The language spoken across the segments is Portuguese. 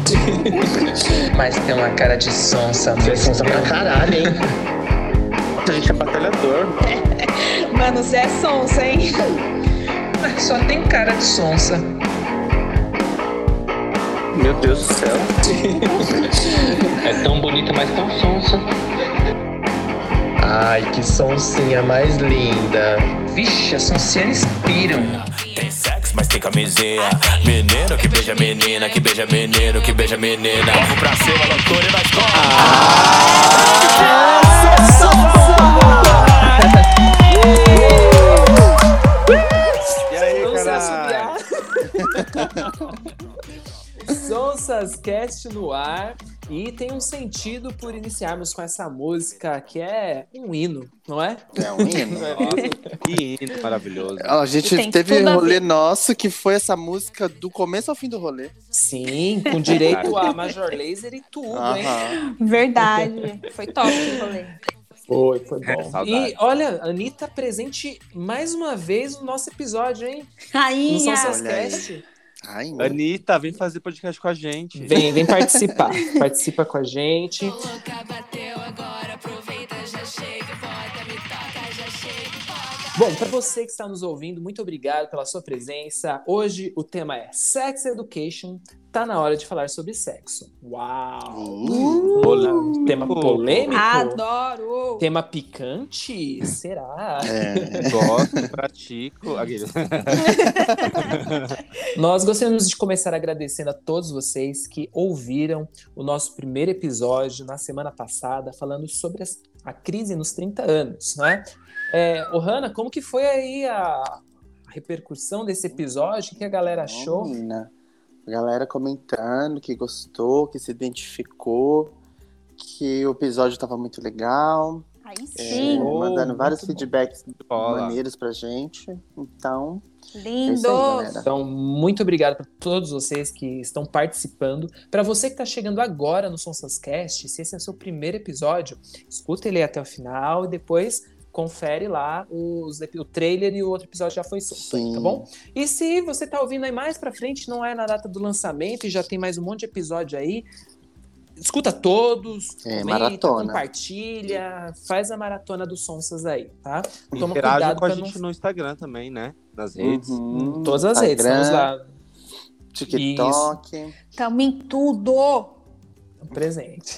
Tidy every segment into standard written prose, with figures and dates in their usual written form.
Mas tem uma cara de sonsa. Você é sonsa pra caralho, hein? A gente é batalhador. Mano, você é sonsa, hein? Mas só tem cara de sonsa. Meu Deus do céu. É tão bonita, mas tão sonsa. Ai, que sonsinha mais linda. Vixe, as sonsinhas inspiram. Tem sexo, mas tem camisinha. Menino que beija menina, que beija menino, que beija menina. Vamos pra cima, loucura e nós corre. E aí, Não se caralho? Sonsas Cast no ar. E tem um sentido por iniciarmos com essa música que é um hino, não é? É um hino. Que hino maravilhoso. A gente Tem teve tudo a rolê ver. nosso que foi essa música do começo ao fim do rolê. Sim, com direito a Major Lazer e tudo, hein? Aham. Verdade. Foi top o rolê. Foi bom. Saudade. E olha, a Anitta presente mais uma vez no nosso episódio, hein? No Rainha. Sonsas Olha aí. Cast. Ai, meu. Anitta, vem fazer podcast com a gente. Vem participar. Participa com a gente. Bom, para você que está nos ouvindo, muito obrigado pela sua presença. Hoje o tema é Sex Education. Tá na hora de falar sobre sexo. Uau! Tema polêmico? Adoro. Tema picante? Será? Gosto, pratico. Aquele. Nós gostaríamos de começar agradecendo a todos vocês que ouviram o nosso primeiro episódio na semana passada, falando sobre a crise nos 30 anos, né? Hanna, como que foi aí a repercussão desse episódio? O que a galera achou? Menina, a galera comentando que gostou, que se identificou, que o episódio estava muito legal. Aí sim. Mandando vários muito bom. feedbacks Bola. maneiros pra gente. Então, é Lindo. isso aí, galera. Então, muito obrigado para todos vocês que estão participando. Para você que está chegando agora no Sonsascast, se esse é o seu primeiro episódio, escuta ele até o final e depois confere lá o trailer e o outro episódio já foi solto, aí, tá bom? E se você tá ouvindo aí mais pra frente, não é na data do lançamento e já tem mais um monte de episódio aí, escuta todos, comenta, maratona. compartilha, faz a maratona dos Sonsas aí, tá? Toma Interage cuidado com a pra gente não... no Instagram também, né? Nas redes. Uhum. Em todas as redes, Instagram, estamos lá, TikTok. Tamo em tudo. presente.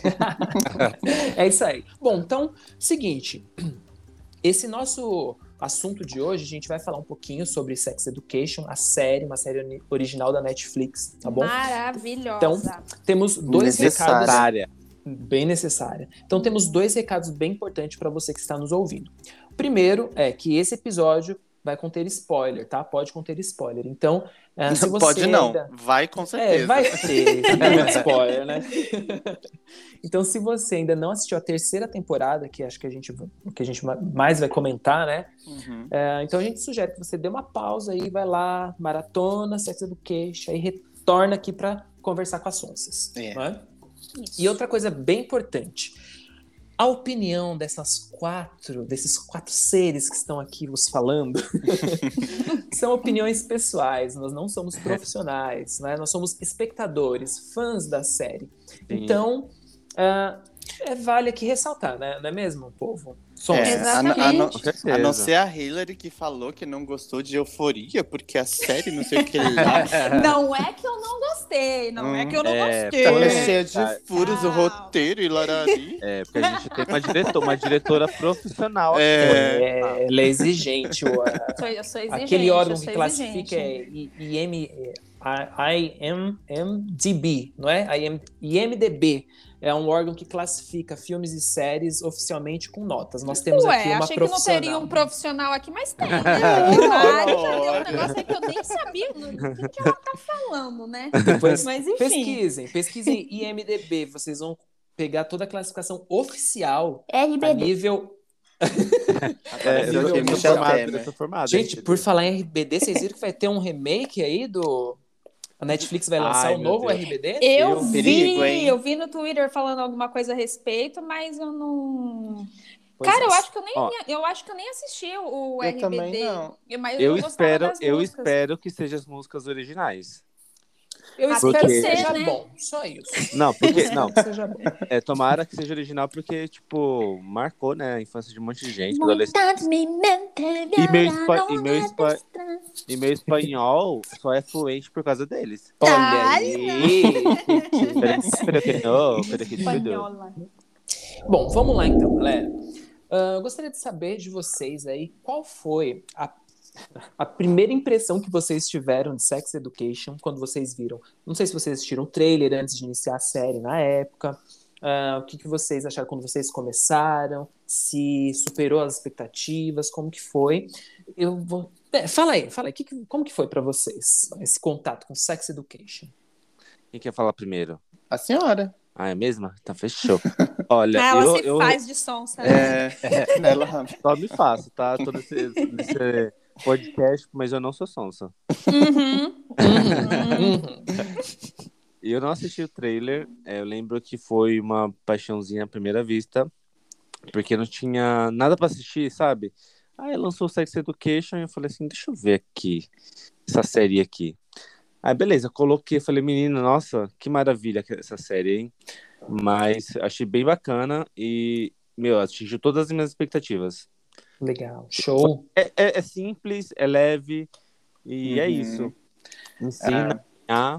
É isso aí. Bom, então, seguinte... Esse nosso assunto de hoje, a gente vai falar um pouquinho sobre Sex Education, uma série original da Netflix, tá bom? Maravilhosa. Então, temos dois Necessária. recados Área. bem necessários. Então, temos dois recados bem importantes para você que está nos ouvindo. O primeiro é que esse episódio vai conter spoiler, tá? Pode conter spoiler. Então, se você Pode não, ainda... vai com certeza. vai ter muito spoiler, né? Então, se você ainda não assistiu a terceira temporada, que acho que o que a gente mais vai comentar, né? Uhum. Então, a gente sugere que você dê uma pausa aí, vai lá, maratona, Sex Education, aí retorna aqui para conversar com as Sonsas. Né? E outra coisa bem importante, a opinião desses quatro seres que estão aqui vos falando são opiniões pessoais, nós não somos profissionais, né? Nós somos espectadores, fãs da série. Sim. Então, vale aqui ressaltar, né? Não é mesmo, povo? Somos. Exatamente. Com certeza. A não ser a Hillary que falou que não gostou de Euforia, porque a série não sei o que lá. Não é que eu não gostei, não é que eu não é, gostei. Foi É. cheio de furos o roteiro e larari. É, porque a gente tem uma diretora profissional. Ela é exigente. Eu sou exigente. Aquele órgão eu que sou classifica exigente. IMDb, não é? IMDb é um órgão que classifica filmes e séries oficialmente com notas. Nós temos aqui uma achei profissional. que não teria um profissional aqui, mas tem, né? A Mari já deu um negócio aí que eu nem sabia o que ela tá falando, né? Depois, Mas enfim. pesquisem IMDb, vocês vão pegar toda a classificação oficial a RBD. nível... Eu sou formado. Gente, por falar em RBD, vocês viram que vai ter um remake aí do... A Netflix vai lançar Ai, o meu novo Deus. RBD? Perigo, hein? Eu vi no Twitter falando alguma coisa a respeito, mas eu não... Pois Cara, é. eu acho que eu nem assisti o Eu RBD. também não. Mas Eu gostava espero, das eu músicas. espero que sejam as músicas originais. Eu Ah, espero tem que que ser, seja né? bom, só isso. Não, porque. Não, Que seja bom. tomara que seja original, porque, tipo, marcou, né, a infância de um monte de gente, adolescente. E meu espanhol só é fluente por causa deles. Olha Ai, aí! Pero que no, pero que tudo. Espanhola. Bom, vamos lá então, galera. Eu gostaria de saber de vocês aí qual foi a primeira impressão que vocês tiveram de Sex Education quando vocês viram. Não sei se vocês assistiram o trailer antes de iniciar a série na época. O que vocês acharam quando vocês começaram? Se superou as expectativas? Como que foi? Fala aí. Como que foi pra vocês esse contato com Sex Education? Quem quer falar primeiro? A senhora. Ah, é mesmo? Então fechou. Olha, Ela se eu faz de sonsa. Né? Ela... só me faço, tá? Todo nesse podcast, mas eu não sou sonsa. Uhum. E eu não assisti o trailer. Eu lembro que foi uma paixãozinha à primeira vista, porque não tinha nada pra assistir, sabe? Aí lançou o Sex Education e eu falei assim, deixa eu ver aqui, essa série aqui. Aí beleza, eu coloquei, falei, menina, nossa, que maravilha essa série, hein? Mas achei bem bacana e, atingiu todas as minhas expectativas. Legal, show. É simples, é leve e é isso. Ensina a...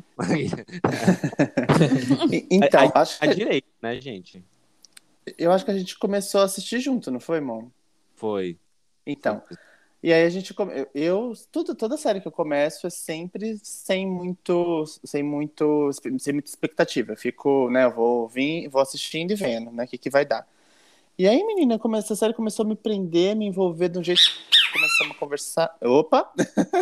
Então, acho que... direito, né, gente? Eu acho que a gente começou a assistir junto, não foi, irmão? Foi. Então, e aí a gente... toda série que eu começo é sempre sem muita expectativa. Eu fico, né, eu vou assistindo e vendo, né, o que vai dar. E aí, menina, essa série começou a me prender, me envolver de um jeito... Começamos a conversar... Opa!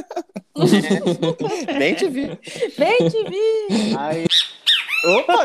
Bem te vi. Bem te vi! Aí... Opa!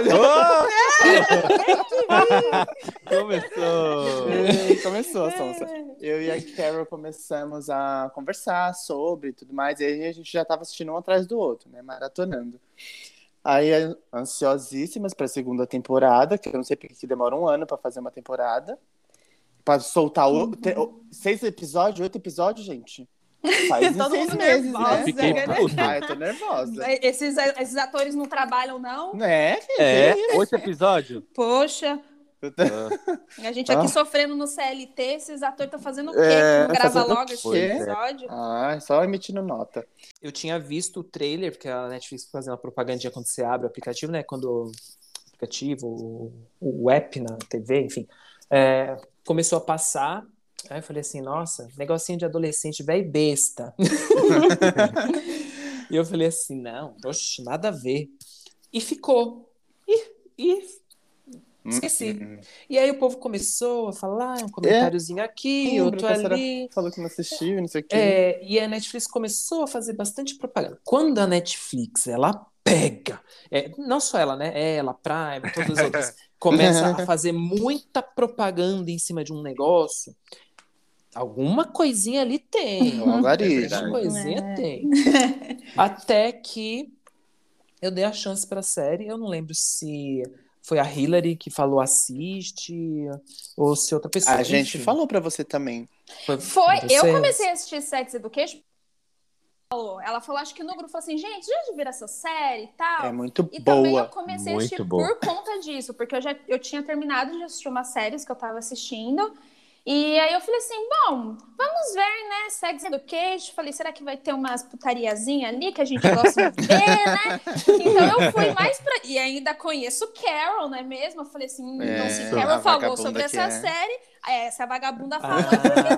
Começou a sonsa. Eu e a Carol começamos a conversar sobre tudo mais, e aí a gente já tava assistindo um atrás do outro, né? Maratonando. Aí, ansiosíssimas pra segunda temporada, que eu não sei porque que demora 1 ano pra fazer uma temporada. Pra soltar 6 episódios, 8 episódios, gente. Faz em 6 meses, né? Fiquei puto. Eu tô nervosa. Esses atores não trabalham, não? Né? 8 episódios? Poxa, a gente aqui sofrendo no CLT, esses atores estão fazendo o quê? Que não grava fazendo logo esse episódio? Só emitindo nota. Eu tinha visto o trailer, porque a Netflix fazendo a propagandinha quando você abre o aplicativo, né? Quando o aplicativo, o app na TV, enfim, começou a passar. Aí eu falei assim, nossa, negocinho de adolescente velho besta. E eu falei assim, não, oxe, nada a ver. E ficou. E esqueci. E aí o povo começou a falar, um comentáriozinho aqui, outro ali. Falou que não assistiu, não sei o quê. E a Netflix começou a fazer bastante propaganda. Quando a Netflix, ela pega, não só ela, né? Ela, Prime, todas as outras, começa a fazer muita propaganda em cima de um negócio, alguma coisinha ali tem. Alguma coisinha tem. Até que eu dei a chance pra série, eu não lembro se foi a Hilary que falou assiste, ou se outra pessoa. A gente falou pra você também. Foi. Eu comecei a assistir Sex Education. Ela falou, acho que no grupo, falou assim, gente, já viram essa série e tal? É muito e boa. E também eu comecei a assistir boa. por conta disso, porque eu tinha terminado de assistir umas séries que eu tava assistindo, e aí eu falei assim, bom, vamos ver, né, Sex Education. Falei, será que vai ter umas putariazinhas ali que a gente gosta de ver, né? Então eu fui mais pra... E ainda conheço Carol, não é mesmo? Eu falei assim, então se Carol falou sobre essa série, essa vagabunda falou,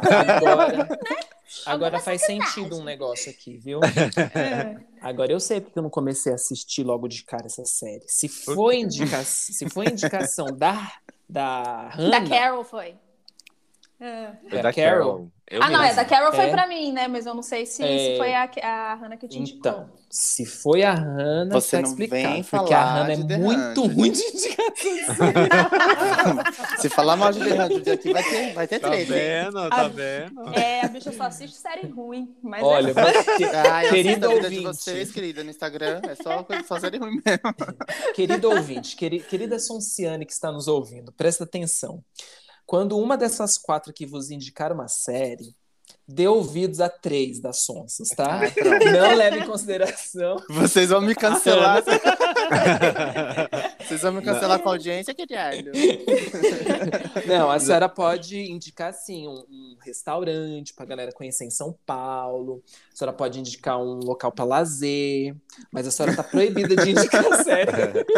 Agora faz sentido um negócio aqui, viu? Agora eu sei porque eu não comecei a assistir logo de cara essa série. Se foi indicação da Hannah... Da Carol foi. Da Carol. Da Carol foi pra mim, né? Mas eu não sei se foi a Hannah que te indicou. Então, se foi a Hannah, você tá não explicado, vem porque a falar Hannah é de The muito 100. ruim de indicação. Se falar mal de The 100 aqui, vai ter Tá treta. vendo? Tá vendo? A bicha só assiste série ruim. Mas Olha, querido ouvinte. ouvinte. De vocês, querida, no Instagram, é só série ruim mesmo. Querido ouvinte, querida Sonciane que está nos ouvindo, presta atenção. Quando uma dessas 4 que vos indicaram uma série, dê ouvidos a 3 das sonsas, tá? pronto. Não leve em consideração. Vocês vão me cancelar. Vocês vão me cancelar com a audiência, que diabo. Não, a senhora pode indicar, sim, um restaurante pra galera conhecer em São Paulo. A senhora pode indicar um local pra lazer. Mas a senhora tá proibida de indicar série.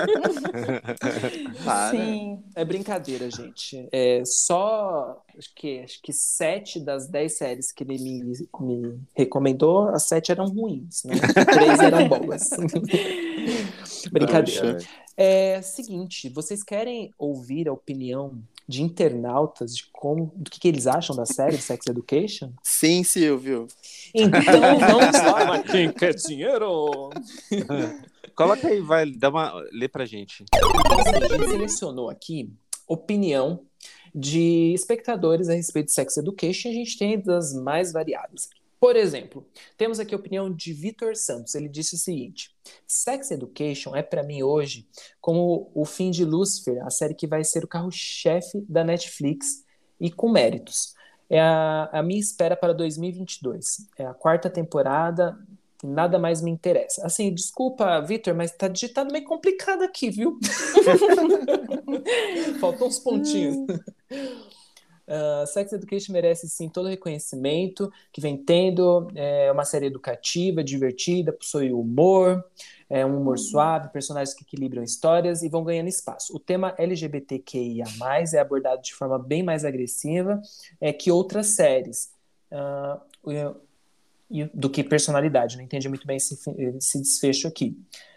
Para. Sim. É brincadeira, gente. É só, acho que 7 das 10 séries que ele me recomendou, as 7 eram ruins, né? 3 eram boas. Brincadeira. Poxa. É seguinte, vocês querem ouvir a opinião de internautas do que eles acham da série Sex Education? Sim, Silvio. Então vamos lá. Quem quer dinheiro? Coloca aí, vai, lê pra gente. Então, assim, a gente selecionou aqui opinião de espectadores a respeito de Sex Education. A gente tem das mais variadas. Por exemplo, temos aqui a opinião de Vitor Santos. Ele disse o seguinte: Sex Education é para mim hoje como o fim de Lucifer, a série que vai ser o carro-chefe da Netflix e com méritos. É a minha espera para 2022. É a 4ª temporada, nada mais me interessa. Assim, desculpa, Vitor, mas tá digitado meio complicado aqui, viu? Faltam uns pontinhos. Sex Education merece sim todo o reconhecimento que vem tendo. É uma série educativa, divertida, possui humor, um humor suave, personagens que equilibram histórias e vão ganhando espaço. O tema LGBTQIA+, é abordado de forma bem mais agressiva que outras séries, do que personalidade. Não entendi muito bem esse desfecho aqui.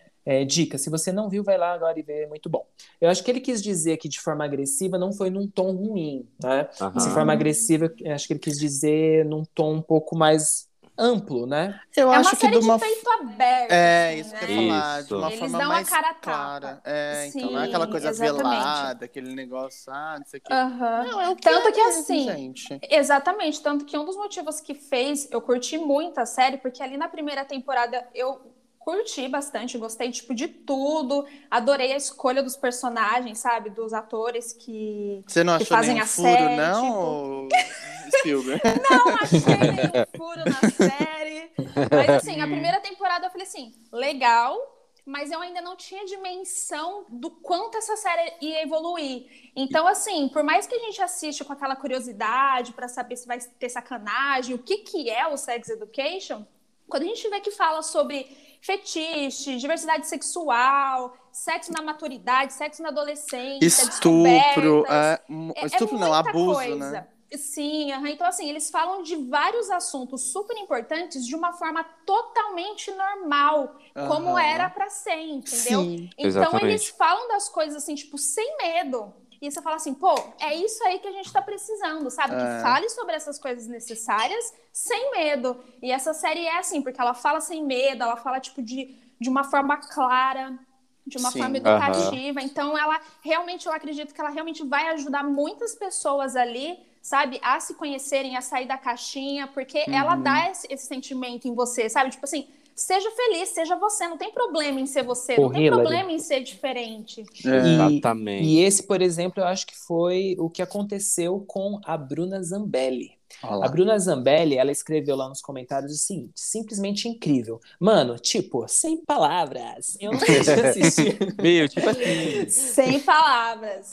Dica, se você não viu, vai lá agora e vê, é muito bom. Eu acho que ele quis dizer que de forma agressiva não foi num tom ruim, né? De forma agressiva, acho que ele quis dizer num tom um pouco mais amplo, né? Eu É acho uma que série de uma de peito aberto. É, assim, isso né? que eu ia falar, de Isso. uma Eles forma dão a mais cara a clara. tapa. Então não é aquela Sim, coisa exatamente. velada, aquele negócio, não sei o quê. Aham. Não, é o que Tanto é que mesmo, assim, gente. exatamente, tanto que um dos motivos que fez eu curti muito a série, porque ali na primeira temporada eu curti bastante, gostei, tipo, de tudo, adorei a escolha dos personagens, sabe, dos atores que Você não achou fazem nenhum a furo, série, não, tipo, ou Spielberg? não achei nenhum furo na série, mas assim, a primeira temporada eu falei assim, legal, mas eu ainda não tinha dimensão do quanto essa série ia evoluir. Então, assim, por mais que a gente assiste com aquela curiosidade para saber se vai ter sacanagem, o que é o Sex Education, quando a gente vê que fala sobre fetiche, diversidade sexual, sexo na maturidade, sexo na adolescência, Estupro, descobertas, estupro não, muita abuso, coisa. né? Sim, então assim, eles falam de vários assuntos super importantes de uma forma totalmente normal, como era pra ser, entendeu? Sim, então exatamente. eles falam das coisas assim, tipo, sem medo. E você fala assim, pô, é isso aí que a gente tá precisando, sabe? Que fale sobre essas coisas necessárias sem medo. E essa série é assim, porque ela fala sem medo, ela fala, tipo, de uma forma clara, de uma Sim. forma educativa. Então, ela realmente, eu acredito que ela realmente vai ajudar muitas pessoas ali, sabe? A se conhecerem, a sair da caixinha, porque ela dá esse sentimento em você, sabe? Tipo assim, seja feliz, seja você, não tem problema em ser você, não tem problema em ser diferente. Exatamente. E esse, por exemplo, eu acho que foi o que aconteceu com a Bruna Zambelli. Olá. A Bruna Zambelli, ela escreveu lá nos comentários o seguinte: simplesmente incrível. Mano, tipo, sem palavras. Eu não podia assistir. Meu, tipo assim. Sem palavras.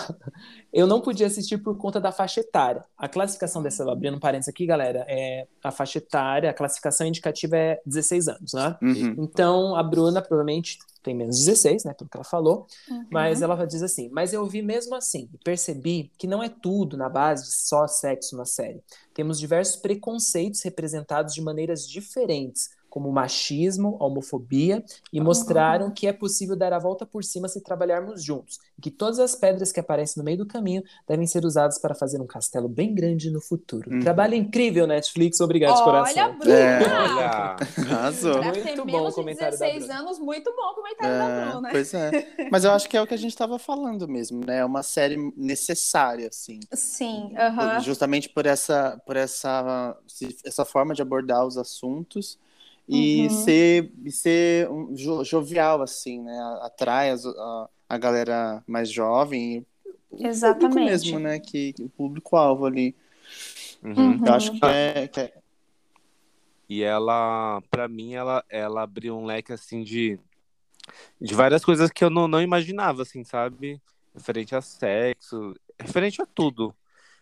Eu não podia assistir por conta da faixa etária. A classificação dessa, abrindo um parênteses aqui, galera, a faixa etária, a classificação indicativa é 16 anos, né? Uhum. Então, a Bruna provavelmente tem menos de 16, né, pelo que ela falou, mas ela diz assim, mas eu vi mesmo assim, e percebi que não é tudo na base de só sexo na série. Temos diversos preconceitos representados de maneiras diferentes, como machismo, homofobia, e mostraram que é possível dar a volta por cima se trabalharmos juntos, e que todas as pedras que aparecem no meio do caminho devem ser usadas para fazer um castelo bem grande no futuro. Trabalho incrível, Netflix, obrigado de coração. Olha, Bruna! Olha. Arrasou. Pra ter Muito bom menos o de comentário da 16 Bruna. anos, muito bom o comentário da Bruna. Pois é. Mas eu acho que é o que a gente estava falando mesmo, né? É uma série necessária, assim. Sim, Justamente por essa forma de abordar os assuntos e ser jovial, assim, né? Atrai a galera mais jovem, o público exatamente. mesmo, né? O público-alvo ali. Uhum. Eu acho que é. E ela, pra mim, ela abriu um leque, assim, de várias coisas que eu não imaginava, assim, sabe? Referente a sexo, referente a tudo.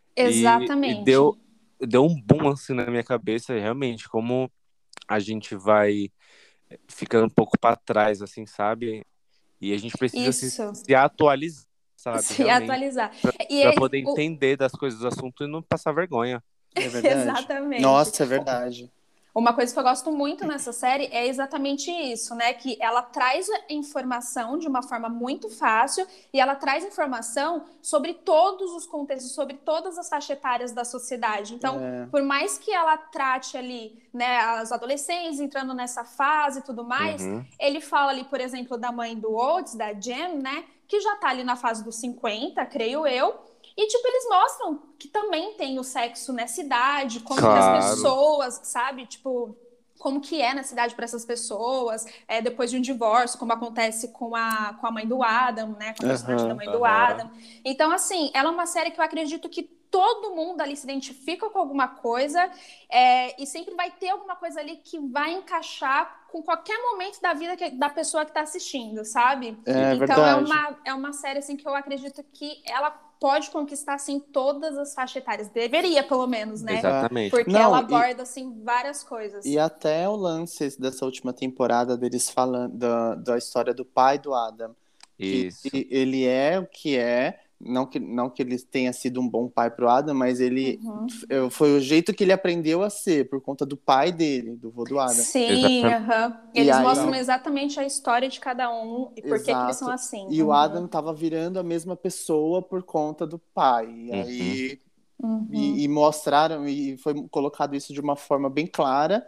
E Exatamente. deu um boom, assim, na minha cabeça, realmente, como a gente vai ficando um pouco pra trás, assim, sabe? E a gente precisa Isso. se atualizar, sabe? Se Realmente, atualizar. E pra é poder entender das coisas do assunto e não passar vergonha. É verdade. Exatamente. Nossa, é verdade. Uma coisa que eu gosto muito nessa série é exatamente isso, né? Que ela traz a informação de uma forma muito fácil e ela traz informação sobre todos os contextos, sobre todas as faixas etárias da sociedade. Então, por mais que ela trate ali, né, as adolescentes entrando nessa fase e tudo mais, Uhum. ele fala ali, por exemplo, da mãe do Oates, da Jen, né? Que já tá ali na fase dos 50, creio eu. E, tipo, eles mostram que também tem o sexo nessa idade, como que as Claro. pessoas, sabe? Tipo, como que é na cidade para essas pessoas, depois de um divórcio, como acontece com a mãe do Adam, né? Com a personagem da mãe do Adam. Então, assim, ela é uma série que eu acredito que todo mundo ali se identifica com alguma coisa e sempre vai ter alguma coisa ali que vai encaixar com qualquer momento da vida da pessoa que está assistindo, sabe? É Então, verdade. é uma série, assim, que eu acredito que ela pode conquistar, assim, todas as faixas etárias. Deveria, pelo menos, né? Exatamente. Porque Não, ela aborda, assim, várias coisas. E até o lance dessa última temporada deles falando da história do pai do Adam. Isso. Que ele é o que é, não que ele tenha sido um bom pai pro Adam, mas ele foi o jeito que ele aprendeu a ser, por conta do pai dele, do vô do Adam. Sim, E eles aí- mostram exatamente a história de cada um e por que eles são assim. E o Adam tava virando a mesma pessoa por conta do pai. E aí e mostraram, e foi colocado isso de uma forma bem clara,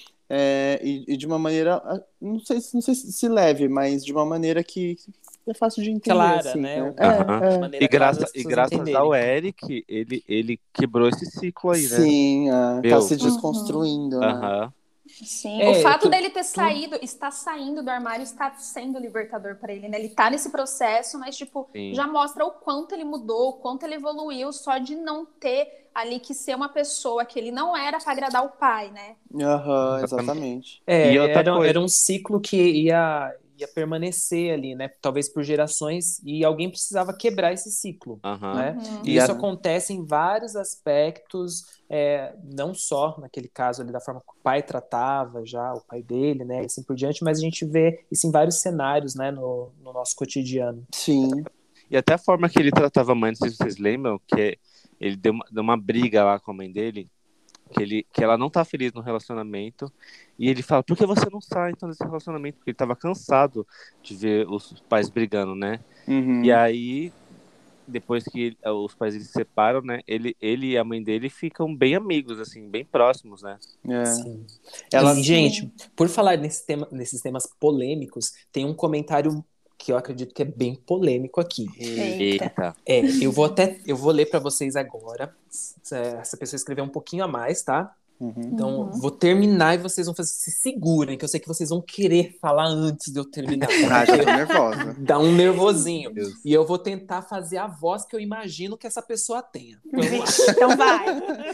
e de uma maneira, não sei se leve, mas de uma maneira que é fácil de entender. Clara, assim, né? Aham. Maneira E, clara das e pessoas graças entenderem. ao Eric, ele quebrou esse ciclo aí, né? Sim, tá Meu. se desconstruindo, né? Aham. Sim, o fato dele ter saído, está saindo do armário, está sendo libertador para ele, né? Ele tá nesse processo, mas, tipo, Sim. já mostra o quanto ele mudou, o quanto ele evoluiu, só de não ter ali que ser uma pessoa que ele não era para agradar o pai, né? Aham, exatamente. E outra coisa. Era um ciclo que ia permanecer ali, né? Talvez por gerações, e alguém precisava quebrar esse ciclo, né? E isso acontece em vários aspectos, não só naquele caso ali da forma que o pai tratava já, o pai dele, né? E assim por diante, mas a gente vê isso em vários cenários, né? No nosso cotidiano. Sim. E até a forma que ele tratava a mãe, não sei se vocês lembram, que ele deu uma briga lá com a mãe dele, que ela não tá feliz no relacionamento, e ele fala, por que você não sai então desse relacionamento? Porque ele tava cansado de ver os pais brigando, né? E aí, depois que os pais se separam, né, ele e a mãe dele ficam bem amigos, assim, bem próximos, né? Sim. Ela, gente, por falar nesses temas polêmicos, tem um comentário que eu acredito que é bem polêmico aqui. Eita. Eu vou ler para vocês agora. Essa pessoa escreveu um pouquinho a mais, tá? Então, vou terminar e vocês vão se segurem, que eu sei que vocês vão querer falar antes de eu terminar. já tô nervosa. Dá um nervosinho. Deus. E eu vou tentar fazer a voz que eu imagino que essa pessoa tenha. Então vai.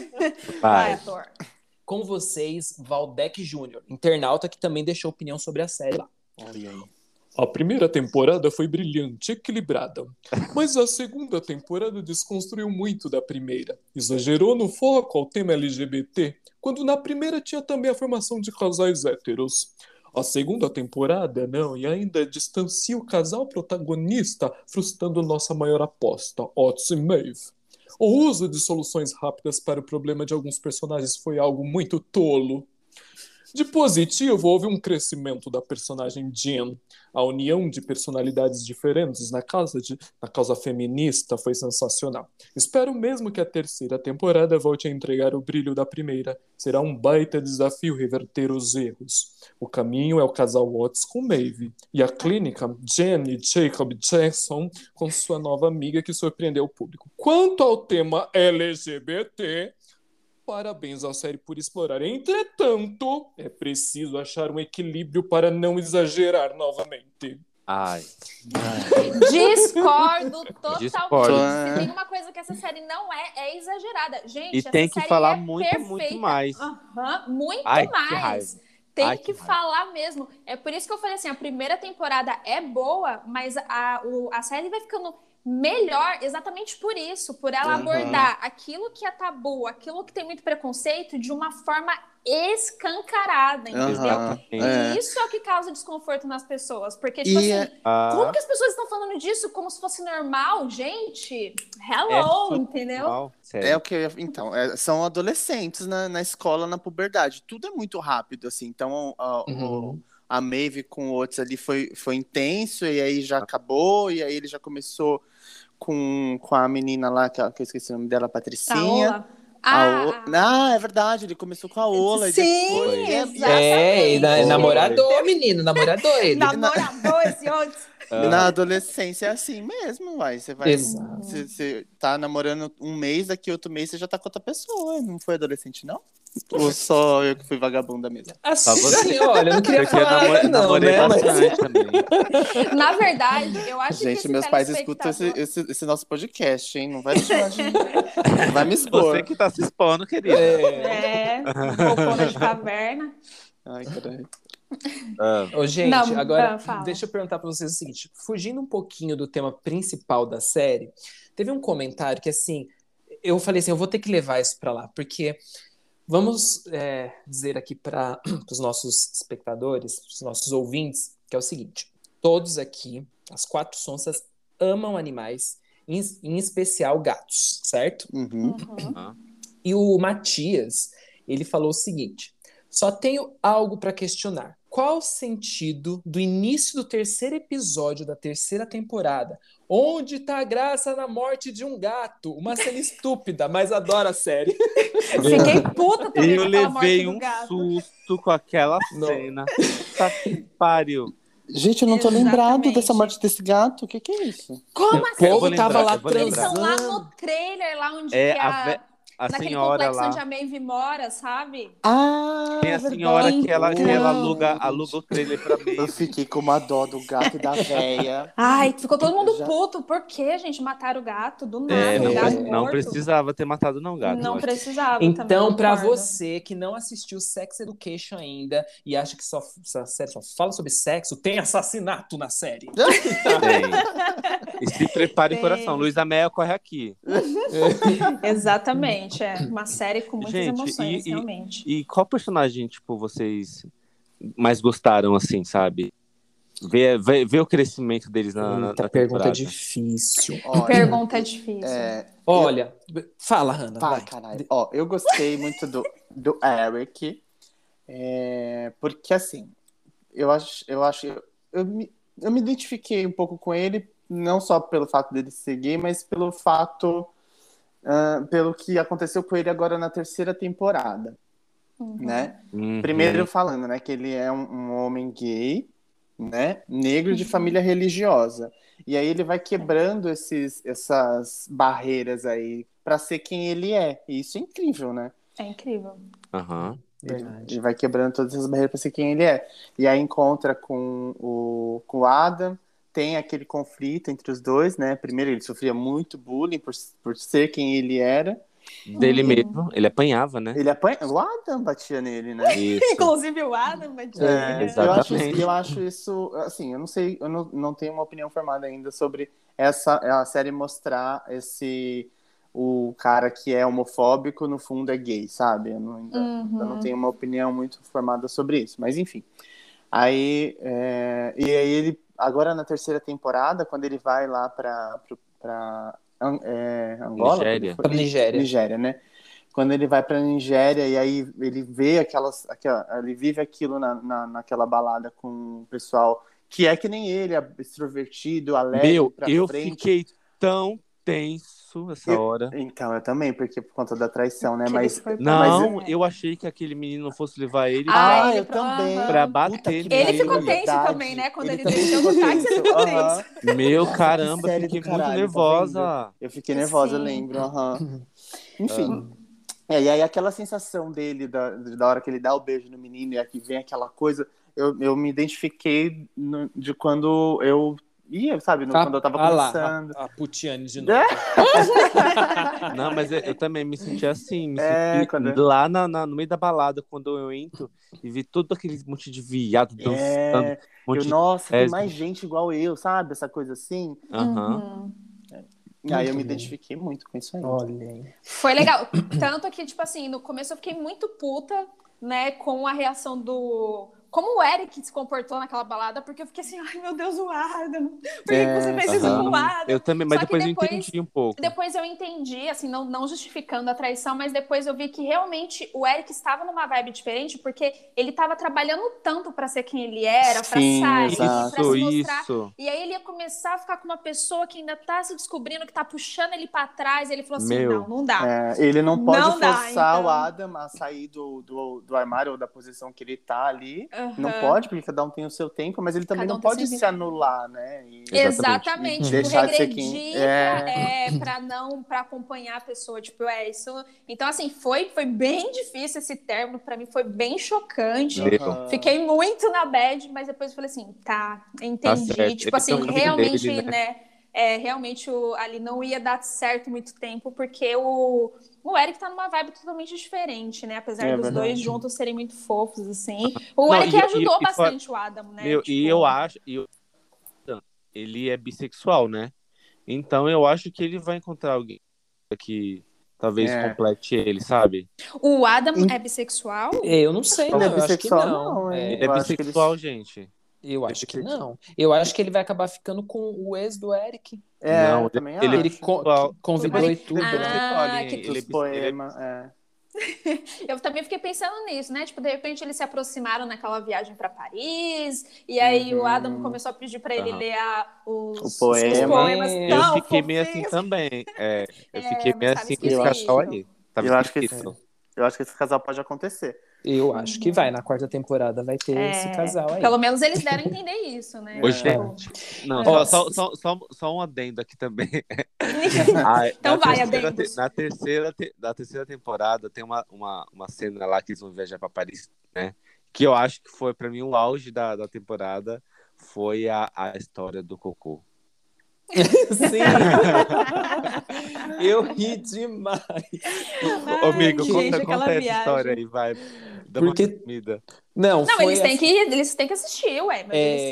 Vai. ator. Com vocês, Valdec Júnior, internauta que também deixou opinião sobre a série lá. Olha aí. A primeira temporada foi brilhante, equilibrada. Mas a segunda temporada desconstruiu muito da primeira. Exagerou no foco ao tema LGBT, quando na primeira tinha também a formação de casais héteros. A segunda temporada não, e ainda distancia o casal protagonista, frustrando nossa maior aposta, Otis e Maeve. O uso de soluções rápidas para o problema de alguns personagens foi algo muito tolo. De positivo, houve um crescimento da personagem Jen. A união de personalidades diferentes na causa feminista foi sensacional. Espero mesmo que a terceira temporada volte a entregar o brilho da primeira. Será um baita desafio reverter os erros. O caminho é o casal Watts com Maeve. E a clínica, Jen e Jacob Jackson, com sua nova amiga que surpreendeu o público. Quanto ao tema LGBT... parabéns à série por explorar. Entretanto, é preciso achar um equilíbrio para não exagerar novamente. Ai. Discordo totalmente. Discordo. Se tem uma coisa que essa série não é exagerada. Gente, E essa tem que série falar é muito, perfeita. muito mais. Muito Ai, que mais. raiva. Tem Ai, que que raiva. falar mesmo. É por isso que eu falei assim, a primeira temporada é boa, mas a série vai ficando melhor exatamente por isso, por ela abordar aquilo que é tabu, aquilo que tem muito preconceito de uma forma escancarada, entendeu? E isso é o que causa desconforto nas pessoas, porque, tipo assim, como que as pessoas estão falando disso como se fosse normal? Gente, hello, entendeu? Normal, sério. É o que então, são adolescentes na escola, na puberdade. Tudo é muito rápido, assim. Então, a Maeve com o Otis ali foi intenso, e aí já acabou, e aí ele já começou com a menina lá, que eu esqueci o nome dela, Patricinha. É verdade, ele começou com a Ola. Sim, e depois, exatamente. Namorador, menino, namorador ele. Namorador, esse Otis. Na adolescência é assim mesmo, vai. Você vai. Exato. Você tá namorando um mês, daqui outro mês você já tá com outra pessoa. Não foi adolescente, não? Ou só eu que fui vagabunda mesmo? Assim, olha, eu não queria falar não, namorei né? bastante também. Na verdade, eu acho que Gente, esse meus pais escutam esse nosso podcast, hein? Não vai deixar de... Não vai me expor. Você que tá se expondo, querida. Polpona de caverna. Ai, caralho. Ô, gente, Não, agora fala. deixa eu perguntar pra vocês o seguinte: fugindo um pouquinho do tema principal da série, teve um comentário que, assim, eu falei assim, eu vou ter que levar isso pra lá, porque vamos dizer aqui para os nossos espectadores, os nossos ouvintes, que é o seguinte: todos aqui, as 4 sonsas, amam animais, em especial gatos, certo? E o Matias, ele falou o seguinte: só tenho algo para questionar. Qual o sentido do início do 3º episódio da 3ª temporada? Onde tá a graça na morte de um gato? Uma cena estúpida, mas adoro a série. Fiquei puta também Eu com aquela morte levei do um gato. susto com aquela cena. Tá que pariu. Gente, eu não tô Exatamente. lembrado dessa morte desse gato. O que é isso? Como O assim? povo tava lá eu vou lembrar. Eles estão lá transando. no trailer, lá onde É, que a naquele senhora complexo lá. onde a Maeve mora, sabe? Tem a senhora que ela aluga o trailer pra mim. Eu fiquei com uma dó do gato e da véia. Ai, ficou todo mundo puto. Por que, gente, mataram o gato? Do nada, o gato Não morto. precisava ter matado não, gato. Não eu acho. precisava Então, também, pra concordo. você que não assistiu Sex Education ainda e acha que essa série só fala sobre sexo, tem assassinato na série. Tem. E se prepare o Tem. coração. Luísa Mel corre aqui. Exatamente, uma série com muitas Gente, emoções, realmente. E qual personagem, tipo, vocês mais gostaram, assim, sabe? Ver o crescimento deles na Pergunta temporada. difícil. Pergunta difícil. Olha, fala, Hannah. Vai, Vai. caralho. Eu gostei muito do Eric. Porque, assim, eu me identifiquei um pouco com ele, não só pelo fato dele ser gay, mas pelo fato, pelo que aconteceu com ele agora na 3ª temporada, né? Primeiro falando, né, que ele é um homem gay, né, negro de família religiosa, e aí ele vai quebrando essas barreiras aí pra ser quem ele é, e isso é incrível, né? É incrível. Verdade. Ele vai quebrando todas essas barreiras pra ser quem ele é, e aí encontra com o Adam. Tem aquele conflito entre os dois, né? Primeiro, ele sofria muito bullying por ser quem ele era. Dele mesmo. Ele apanhava, né? O Adam batia nele, né? Isso. Inclusive o Adam batia. Exatamente. Eu acho isso, assim, eu não sei, eu não tenho uma opinião formada ainda sobre a série mostrar o cara que é homofóbico, no fundo é gay, sabe? Eu não tenho uma opinião muito formada sobre isso, mas enfim. E aí ele, agora na 3ª temporada, quando ele vai lá pra Angola? Nigéria, né? Quando ele vai pra Nigéria e aí ele vê ele vive aquilo naquela balada com o pessoal que é que nem ele, extrovertido, alegre, pra eu frente. fiquei tão tenso essa hora. Então, eu também, porque por conta da traição, né? Eu achei que aquele menino fosse levar ele eu também. pra bater. Ele ficou tenso também, né? Quando ele desceu do táxi, ele ficou tenso. Meu caramba, fiquei muito nervosa. Tá, eu fiquei nervosa, eu lembro. Enfim. E aí aquela sensação dele, da hora que ele dá o beijo no menino e aqui vem aquela coisa, eu me identifiquei de quando eu ia, sabe? Quando eu tava começando. A Putiane de novo. Não, mas eu também me senti assim. quando... Lá no meio da balada, quando eu entro e vi todo aquele monte de viado dançando. Nossa, tem mais gente igual eu, sabe? Essa coisa assim. Aí eu me identifiquei muito com isso aí. Olha. Foi legal. Tanto que, tipo assim, no começo eu fiquei muito puta, né, com a reação do... Como o Eric se comportou naquela balada, porque eu fiquei assim, ai meu Deus, o Adam, por que você fez isso com o Adam? Eu também, mas depois eu depois entendi um pouco. Depois eu entendi, assim, não justificando a traição, mas depois eu vi que realmente o Eric estava numa vibe diferente, porque ele estava trabalhando tanto pra ser quem ele era, pra sair, pra se mostrar. E aí ele ia começar a ficar com uma pessoa que ainda tá se descobrindo, que tá puxando ele pra trás, e ele falou assim, não dá. Ele não pode forçar o Adam a sair do armário ou da posição que ele tá ali. Não pode, porque cada um tem o seu tempo, mas ele também não pode se anular, né? Exatamente. Deixar de ser regredir pra acompanhar a pessoa. Tipo, isso. Então, assim, foi bem difícil esse término. Pra mim, foi bem chocante. Fiquei muito na bad, mas depois eu falei assim, entendi. Tá tipo assim, realmente, dele, né? Realmente ali não ia dar certo muito tempo, porque o Eric tá numa vibe totalmente diferente, né? Apesar dos dois juntos serem muito fofos, assim. O Eric ajudou bastante o Adam, né? E eu acho... Ele é bissexual, né? Então eu acho que ele vai encontrar alguém que talvez complete ele, sabe? O Adam é bissexual? Eu não sei, não. Ele é bissexual, não. Ele é bissexual, gente. Eu acho que não. Eu acho que ele vai acabar ficando com o ex do Eric. Não, eu também ele acho. convidou e tudo. Ele poema, Eu também fiquei pensando nisso, né? Tipo, de repente eles se aproximaram naquela viagem para Paris, e aí o Adam começou a pedir para ele ler os poemas tão Eu fiquei fofinhos. meio assim também. Eu fiquei meio assim com esse casal aí. Eu acho que esse casal pode acontecer. Eu acho que vai. Na quarta temporada vai ter esse casal aí. Pelo menos eles deram a entender isso, né? Não, só um adendo aqui também. Então vai, adendo. Na terceira temporada tem uma cena lá que eles vão viajar para Paris, né? Que eu acho que foi, para mim, o auge da temporada foi a história do cocô. Sim. Eu ri demais. Amigo, conta essa história aí, vai. Dá uma comida. Não, eles têm que assistir, ué.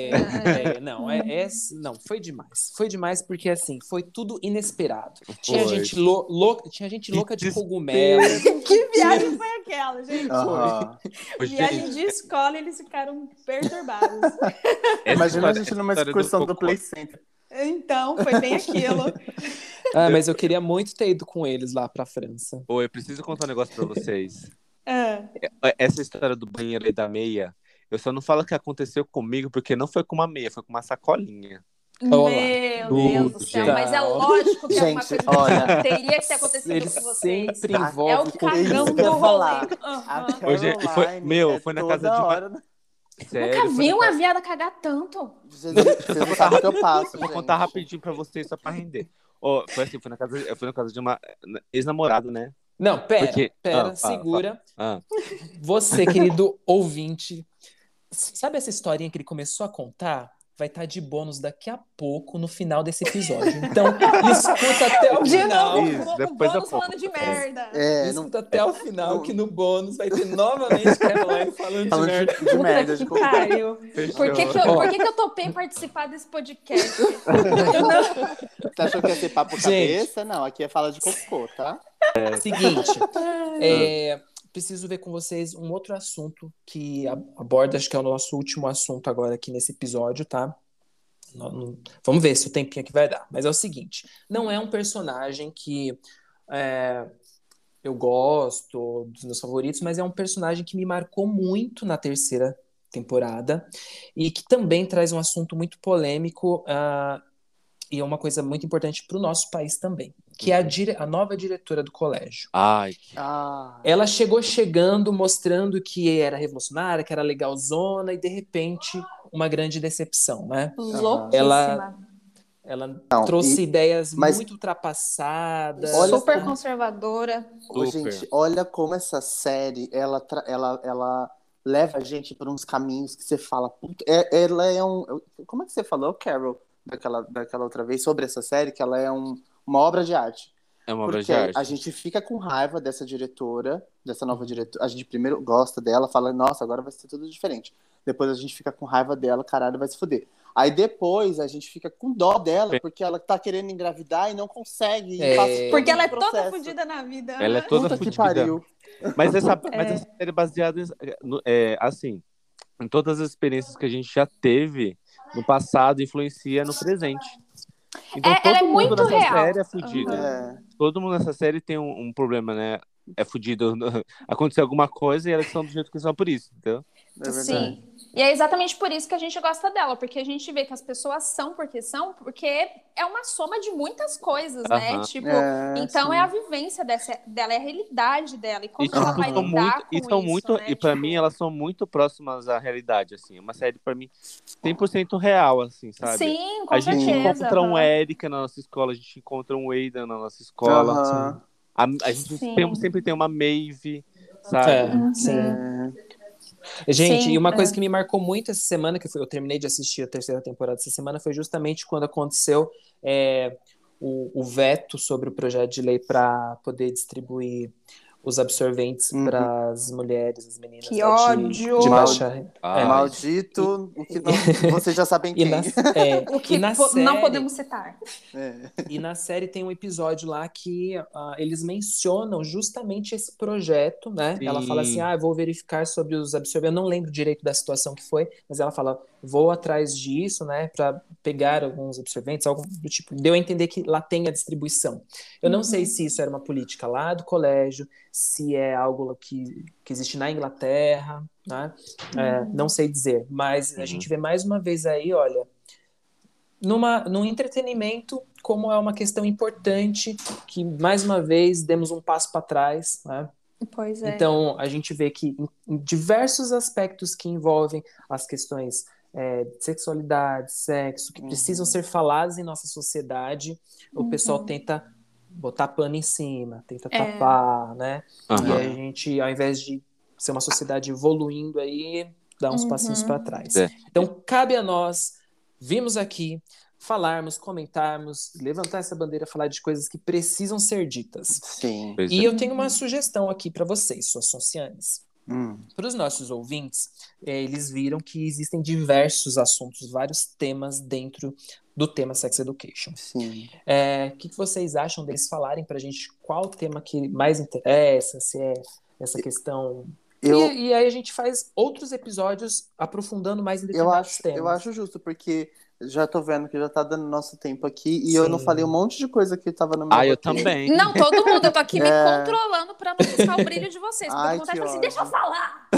Não, foi demais. Foi demais porque, assim, foi tudo inesperado. Tinha gente louca de cogumelo. Que viagem foi aquela, gente? Viagem de escola e eles ficaram perturbados. Imagina a gente numa excursão do Play Center. Então, foi bem aquilo. Mas eu queria muito ter ido com eles lá pra França. Eu preciso contar um negócio pra vocês. Essa história do banheiro e da meia, eu só não falo que aconteceu comigo, porque não foi com uma meia, foi com uma sacolinha. Meu Deus do céu, mas é lógico que alguma coisa teria que ter acontecido com vocês. Sempre envolve o cagão do rolê. Foi na casa de uma... Sério, nunca vi uma viada cagar tanto. Vocês não sabem o que eu passo. Vou contar rapidinho pra vocês, só pra render. Foi assim, eu fui na casa de uma ex-namorada, né? Não, pera, segura. Você, querido ouvinte, sabe essa historinha que ele começou a contar? Vai estar de bônus daqui a pouco no final desse episódio. Então, escuta até o final. Depois bônus falando de merda. Escuta até o final, que no bônus vai ter novamente Caroline falando de merda. De Por que eu topei participar desse podcast? Você achou que ia ser papo cabeça? Não, aqui é fala de cocô, tá? Seguinte, preciso ver com vocês um outro assunto que aborda, acho que é o nosso último assunto agora aqui nesse episódio, tá? Vamos ver se o tempinho aqui vai dar. Mas é o seguinte, não é um personagem que eu gosto, dos meus favoritos, mas é um personagem que me marcou muito na terceira temporada e que também traz um assunto muito polêmico e é uma coisa muito importante para o nosso país também, que é a nova diretora do colégio. Ela chegando, mostrando que era revolucionária, que era legalzona, e de repente uma grande decepção, né? Louquíssima. Ela trouxe ideias muito ultrapassadas. Super conservadora. Gente, olha como essa série, ela leva a gente por uns caminhos que você fala, puta, ela é um... Como é que você falou, Carol, daquela outra vez, sobre essa série, que ela é uma obra de arte? É uma obra de Porque arte. a gente fica com raiva dessa diretora, dessa nova diretora. A gente primeiro gosta dela, fala, nossa, agora vai ser tudo diferente. Depois a gente fica com raiva dela, caralho, vai se fuder. Aí depois a gente fica com dó dela, porque ela tá querendo engravidar e não consegue. Porque ela é toda fodida na vida. Ela é toda Puta que fodida. pariu. Mas essa série é baseada assim, em todas as experiências que a gente já teve no passado, influencia no presente. Então ela é todo mundo muito nessa real. série é fudido. Todo mundo nessa série tem um problema, né? É fudido. Aconteceu alguma coisa e elas são do jeito que são por isso, entendeu? É verdade. Sim. E é exatamente por isso que a gente gosta dela, porque a gente vê que as pessoas são porque é uma soma de muitas coisas, né? Tipo, então sim. é a vivência dela, é a realidade dela. E como E, ela vai lidar com isso, né? E pra mim elas são muito próximas à realidade, assim. É uma série pra mim 100% real, assim, sabe? Sim, com a gente certeza. encontra um Érica na nossa escola, a gente encontra um Aidan na nossa escola. A gente sempre tem uma Maeve, sabe? Sim. Gente, Sim, e uma coisa que me marcou muito essa semana, que eu terminei de assistir a 3ª temporada essa semana, foi justamente quando aconteceu o veto sobre o projeto de lei para poder distribuir os absorventes para as mulheres, as meninas. Que ódio! De baixa... Maldito, o que não, vocês já sabem quem. O que não podemos citar. E na série tem um episódio lá que eles mencionam justamente esse projeto, né? Sim. Ela fala assim, eu vou verificar sobre os absorventes. Eu não lembro direito da situação que foi, mas ela fala, vou atrás disso, né? Para pegar alguns absorventes, algo do tipo. Deu a entender que lá tem a distribuição. Eu não sei se isso era uma política lá do colégio, se é algo que existe na Inglaterra, né? Não sei dizer, mas a gente vê mais uma vez aí, olha, num entretenimento, como é uma questão importante, que mais uma vez demos um passo para trás, né? Pois é. Então a gente vê que em diversos aspectos que envolvem as questões de sexualidade, sexo, que precisam ser faladas em nossa sociedade, o pessoal tenta botar pano em cima, tenta tapar, né? E a gente, ao invés de ser uma sociedade evoluindo aí, dá uns passinhos para trás. Então, cabe a nós, vimos aqui, falarmos, comentarmos, levantar essa bandeira, falar de coisas que precisam ser ditas. Sim. E eu tenho uma sugestão aqui para vocês, suas soncianes. Para os nossos ouvintes, eles viram que existem diversos assuntos, vários temas dentro do tema Sex Education. Sim. O que vocês acham deles falarem pra gente qual o tema que mais interessa, se é essa questão... E aí a gente faz outros episódios aprofundando mais em determinados temas. Eu acho justo, porque já tô vendo que já tá dando nosso tempo aqui e eu não falei um monte de coisa que tava no meu eu roteiro. também. Não, todo mundo, eu tô aqui me controlando pra não buscar o brilho de vocês. Porque eu vontade de falar assim, deixa eu falar!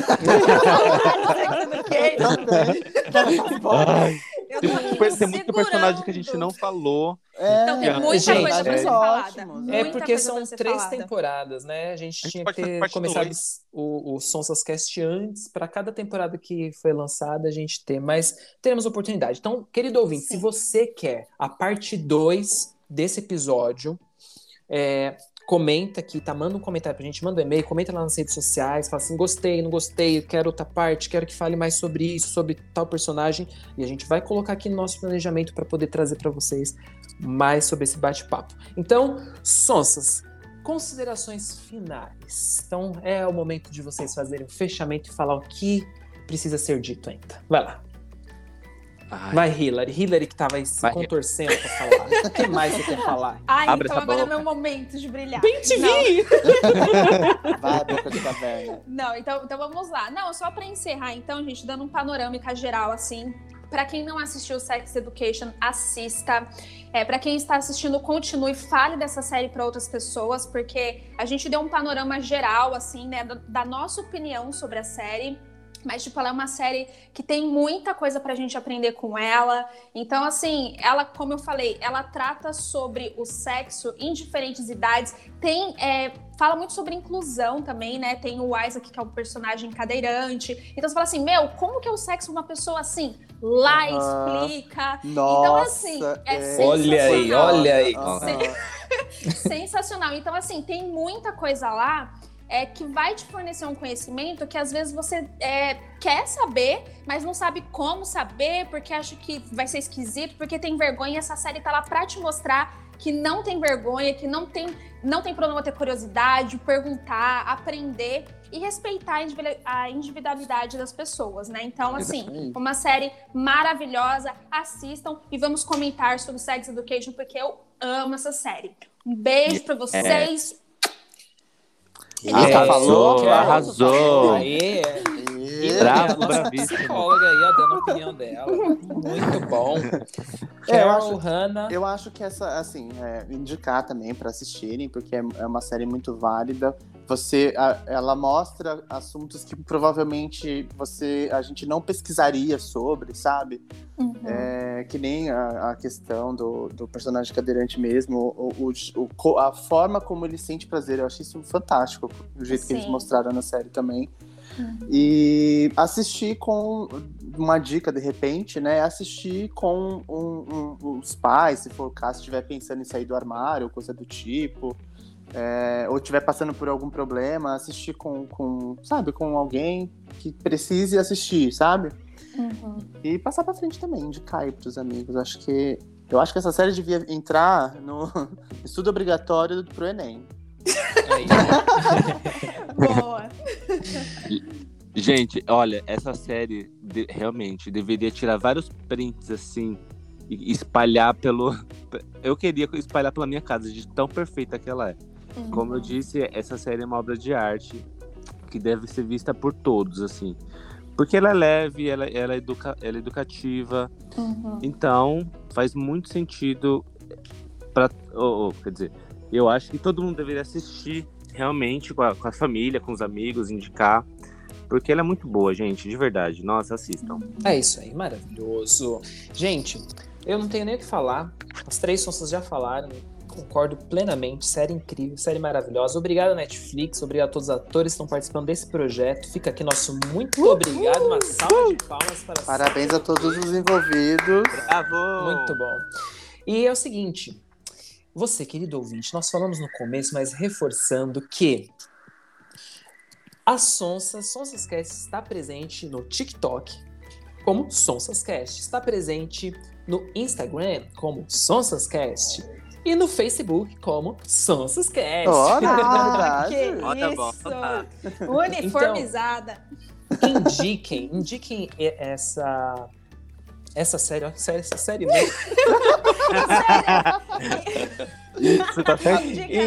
Tem muito personagem que a gente não falou. Então tem muita coisa pra ser falada. Porque são 3 temporadas, né? A gente tinha que ter começado o Sonsas Cast antes, para cada temporada que foi lançada a gente ter, mas teremos oportunidade. Então, querido ouvinte, se você quer a parte 2 desse episódio, comenta aqui, manda um comentário pra gente, manda um e-mail, comenta lá nas redes sociais, fala assim, gostei, não gostei, quero outra parte, quero que fale mais sobre isso, sobre tal personagem, e a gente vai colocar aqui no nosso planejamento para poder trazer para vocês mais sobre esse bate-papo. Então, Sonsas, considerações finais. Então, é o momento de vocês fazerem o fechamento e falar o que precisa ser dito ainda. Vai lá. Vai, Hillary que tava aí se contorcendo pra falar. O que mais você quer falar? Então agora é meu momento de brilhar. Bem te vi! Vai, boca de caverna. Não, então vamos lá. Não, só pra encerrar, então, gente, dando um panorâmica geral, assim. Pra quem não assistiu Sex Education, assista. Pra quem está assistindo, continue, fale dessa série pra outras pessoas, porque a gente deu um panorama geral, assim, né, da nossa opinião sobre a série. Mas, tipo, ela é uma série que tem muita coisa pra gente aprender com ela. Então, assim, ela, como eu falei, ela trata sobre o sexo em diferentes idades. Fala muito sobre inclusão também, né? Tem o Isaac, que é um personagem cadeirante. Então, você fala assim, como que é o sexo uma pessoa assim? Lá explica. Nossa, então, assim, sensacional. Olha aí. Sensacional. Então, assim, tem muita coisa lá que vai te fornecer um conhecimento que às vezes você quer saber, mas não sabe como saber, porque acha que vai ser esquisito, porque tem vergonha. E essa série tá lá pra te mostrar que não tem vergonha, que não tem problema ter curiosidade, perguntar, aprender e respeitar a individualidade das pessoas, né? Então, assim, uma série maravilhosa, assistam e vamos comentar sobre Sex Education, porque eu amo essa série. Um beijo pra vocês. Arrasou. Aê. Bravo, A nossa bravíssimo. psicóloga aí, ó, dando a opinião dela. Muito bom. Carol, Hannah. Eu acho que essa, assim, indicar também pra assistirem, porque é uma série muito válida. Ela mostra assuntos que provavelmente a gente não pesquisaria sobre, sabe? Uhum. Que nem a questão do personagem cadeirante mesmo, a forma como ele sente prazer. Eu achei isso fantástico, o jeito que eles mostraram na série também. E assistir com uma dica, de repente, né? Assistir com os pais, se for o caso, se estiver pensando em sair do armário, coisa do tipo. Ou estiver passando por algum problema, assistir com alguém que precise assistir, sabe? Uhum. E passar pra frente também, indicar aí pros amigos. Eu acho que essa série devia entrar no estudo obrigatório pro Enem. Boa. Gente, olha, essa série realmente deveria tirar vários prints assim e espalhar eu queria espalhar pela minha casa, de tão perfeita que ela é. Uhum. Como eu disse, essa série é uma obra de arte que deve ser vista por todos, assim. Porque ela é leve, ela é educativa. Uhum. Então, faz muito sentido quer dizer, eu acho que todo mundo deveria assistir realmente com a família, com os amigos, indicar. Porque ela é muito boa, gente, de verdade. Nossa, assistam. É isso aí, maravilhoso. Gente, eu não tenho nem o que falar. As três sonsas já falaram. Concordo plenamente. Série incrível, série maravilhosa. Obrigado, Netflix. Obrigado a todos os atores que estão participando desse projeto. Fica aqui nosso muito obrigado. Uma salva de palmas para Parabéns a todos os envolvidos. Bravo! Muito bom. E é o seguinte, você, querido ouvinte, nós falamos no começo, mas reforçando que a SonsasCast está presente no TikTok como SonsasCast, está presente no Instagram como SonsasCast e no Facebook como SonsasCast. Que isso! Uniformizada. Indiquem essa série, ó, essa série mesmo. Isso, tá certo?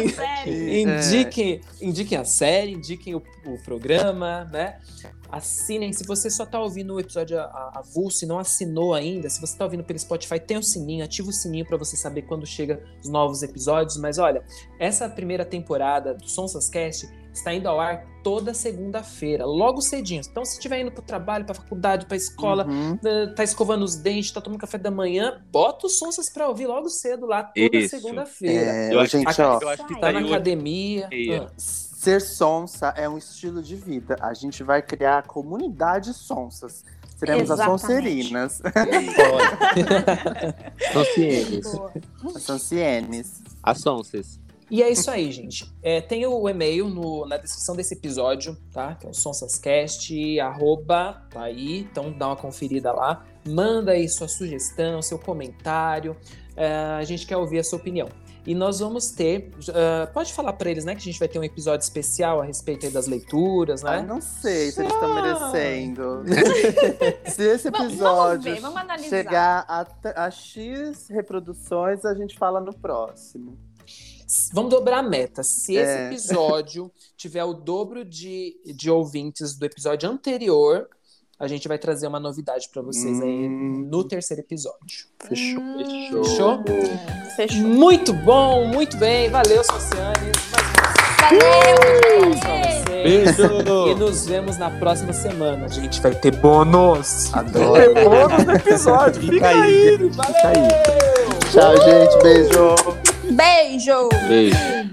Indiquem a série, indiquem o programa, né? Assinem, se você só tá ouvindo o episódio avulso e não assinou ainda, se você tá ouvindo pelo Spotify, tem o sininho, ativa o sininho pra você saber quando chega os novos episódios. Mas olha, essa primeira temporada do SonsasCast está indo ao ar toda segunda-feira, logo cedinho. Então, se estiver indo pro trabalho, pra faculdade, pra escola, tá escovando os dentes, tá tomando café da manhã, bota os Sonsas pra ouvir logo cedo lá, toda segunda-feira. Eu acho que tá na academia. Ser sonsa é um estilo de vida. A gente vai criar a comunidade sonsas. Seremos as sonserinas. Sonsienes. As sonsas. E é isso aí, gente. Tem o e-mail na descrição desse episódio, tá? Que é o sonsascast, @, tá aí. Então dá uma conferida lá. Manda aí sua sugestão, seu comentário. A gente quer ouvir a sua opinião. E nós vamos ter... pode falar pra eles, né? Que a gente vai ter um episódio especial a respeito aí das leituras, né? Não sei se eles estão merecendo. Se esse episódio vamos analisar. chegar a X reproduções, a gente fala no próximo. Vamos dobrar a meta. Se esse episódio tiver o dobro de ouvintes do episódio anterior, a gente vai trazer uma novidade pra vocês aí no terceiro episódio. Fechou? Muito bom, muito bem. Valeu, Socianes. Valeu, beijo! E nos vemos na próxima semana. A gente vai ter bônus. Adoro. Vai ter bônus no episódio. Fica aí. Valeu! Tchau, gente. Beijo! Beijo! Beijo!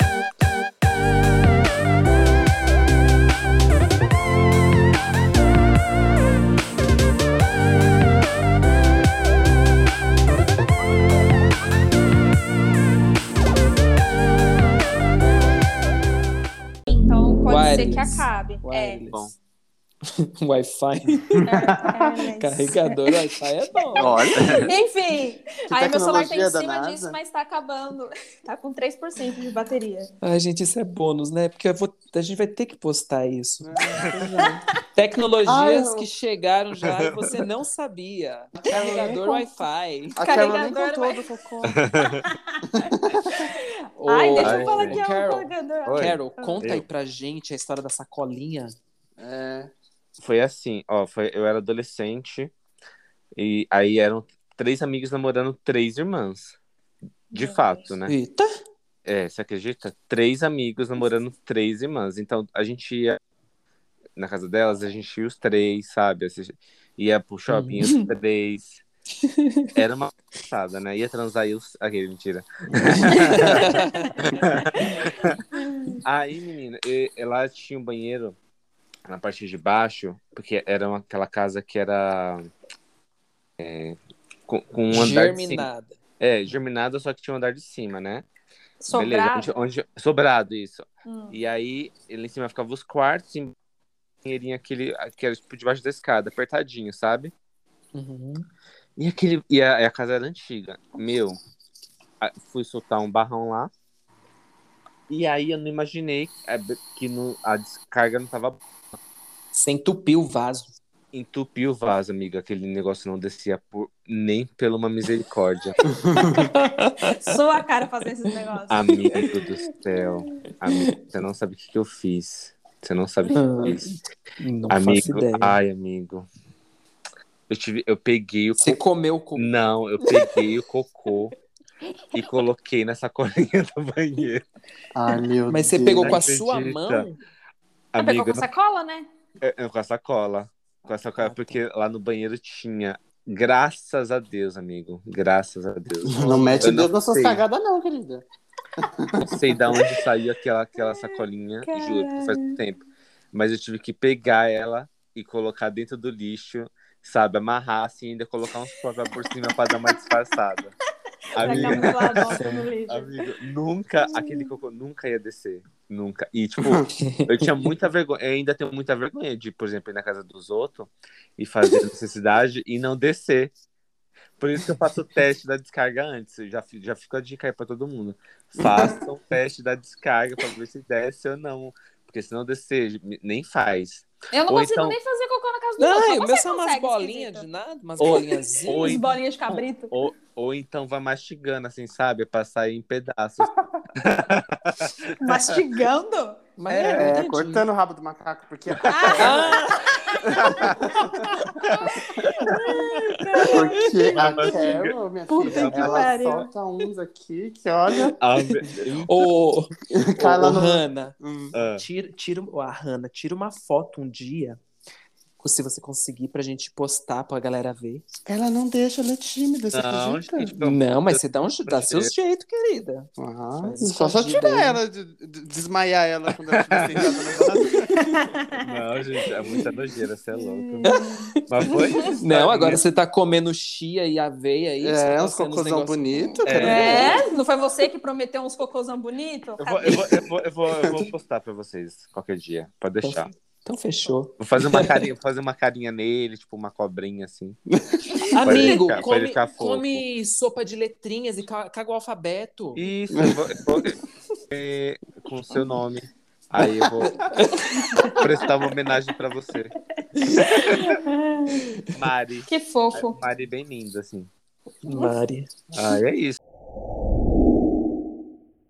Então, pode ser que Wireless. acabe. Wireless. Bom. Wi-Fi. É. Carregador Wi-Fi é bom. Olha, Enfim, aí meu celular tá em tecnologia da cima NASA. disso, mas tá acabando. Tá com 3% de bateria. Ai, gente, isso é bônus, né? Porque a gente vai ter que postar isso. Tecnologias que chegaram já e você não sabia. Carregador Wi-Fi. a Carol nem Carregador contou vai- do cocô. Ai, deixa eu ai, falar gente. que é um Carol. carregador. Oi. Carol, conta aí Eu. pra gente a história da sacolinha. É. Foi assim, ó, eu era adolescente e aí eram 3 amigos namorando 3 irmãs. De Meu fato, Deus. né? Eita! Você acredita? 3 amigos namorando 3 irmãs. Então a gente ia na casa delas, a gente ia os 3, sabe? Ia pro shopping os 3. Era uma passada, né? Ia transar e os. Aquele, mentira. Aí, menina, lá tinha um banheiro na parte de baixo, porque era aquela casa que era com um andar de cima. Germinada. Germinada, só que tinha um andar de cima, né? Sobrado. Beleza, sobrado, isso. Hum. E aí, lá em cima ficava os quartos, e banheirinho que era tipo debaixo da escada, apertadinho, sabe? Uhum. E a casa era antiga. Fui soltar um barrão lá. E aí eu não imaginei que a descarga não tava. Você entupiu o vaso. Entupiu o vaso, amiga. Aquele negócio não descia nem pela uma misericórdia. Sua cara fazer esses negócios. Amigo do céu. Amigo, você não sabe o que eu fiz. Você não sabe o que eu fiz. Não Amigo, faço ideia. ai, amigo. Eu peguei o Você comeu o cocô. Não, eu peguei o cocô e coloquei na sacolinha do banheiro. Ai, meu Mas você Deus. pegou com a Acredita? sua mão? Você pegou Amigo, com sacola, né? com a sacola. Com a sacola, porque lá no banheiro tinha. Graças a Deus, amigo. Graças a Deus. Não mete Eu o dedo não nas suas sei. cagadas, não, querida. Não sei de onde saiu aquela sacolinha, juro, porque faz muito tempo. Mas eu tive que pegar ela e colocar dentro do lixo, sabe? Amarrar assim e ainda colocar uns papel por cima pra dar uma disfarçada. Pra Amiga, camuflar no lixo. amigo, aquele cocô nunca ia descer. Nunca. E, tipo, eu tinha muita vergonha. Eu ainda tenho muita vergonha de, por exemplo, ir na casa dos outros e fazer necessidade e não descer. Por isso que eu faço o teste da descarga antes. Eu já fico a dica aí pra todo mundo. Faça o teste da descarga pra ver se desce ou não. Porque se não descer, nem faz. Eu não Ou consigo então- nem fazer cocô na casa do outro. Não, Só o meu você são umas consegue, bolinhas de esquisito. nada, umas Ou- bolinhazinhas. ou As bolinhas de cabrito. Ou então vai mastigando, assim, sabe? Pra sair em pedaços. Mastigando? Mas eu não entendi. Cortando o rabo do macaco, porque porque a Carol, minha Puta filha, que ela pariu. solta uns aqui que, olha, Ô, cai lá no... Hannah, Ah. tira uma foto um dia, se você conseguir, pra gente postar pra galera ver. Ela não deixa, ela é tímida, você Não, acredita? gente, Não, mas você dá seus jeitos, querida. Ah, Faz só escondida tirar aí. ela, desmaiar ela quando ela estiver sentada no vaso. Não, gente, é muita nojeira, você é louco. Mas foi isso, Não, sabe? agora você tá comendo chia e aveia aí. você tá Uns fazendo cocôzão negócios- bonito. Não foi você que prometeu uns cocôzão bonito? Eu vou postar pra vocês qualquer dia. Pode deixar. Então fechou. Vou fazer uma carinha nele, tipo uma cobrinha assim. Amigo, pra ele ficar fofo. come sopa de letrinhas e caga o alfabeto. Isso, eu vou com o seu nome. Aí eu vou prestar uma homenagem pra você. Mari. Que fofo. Mari bem linda, assim. Mari. Ah, é isso.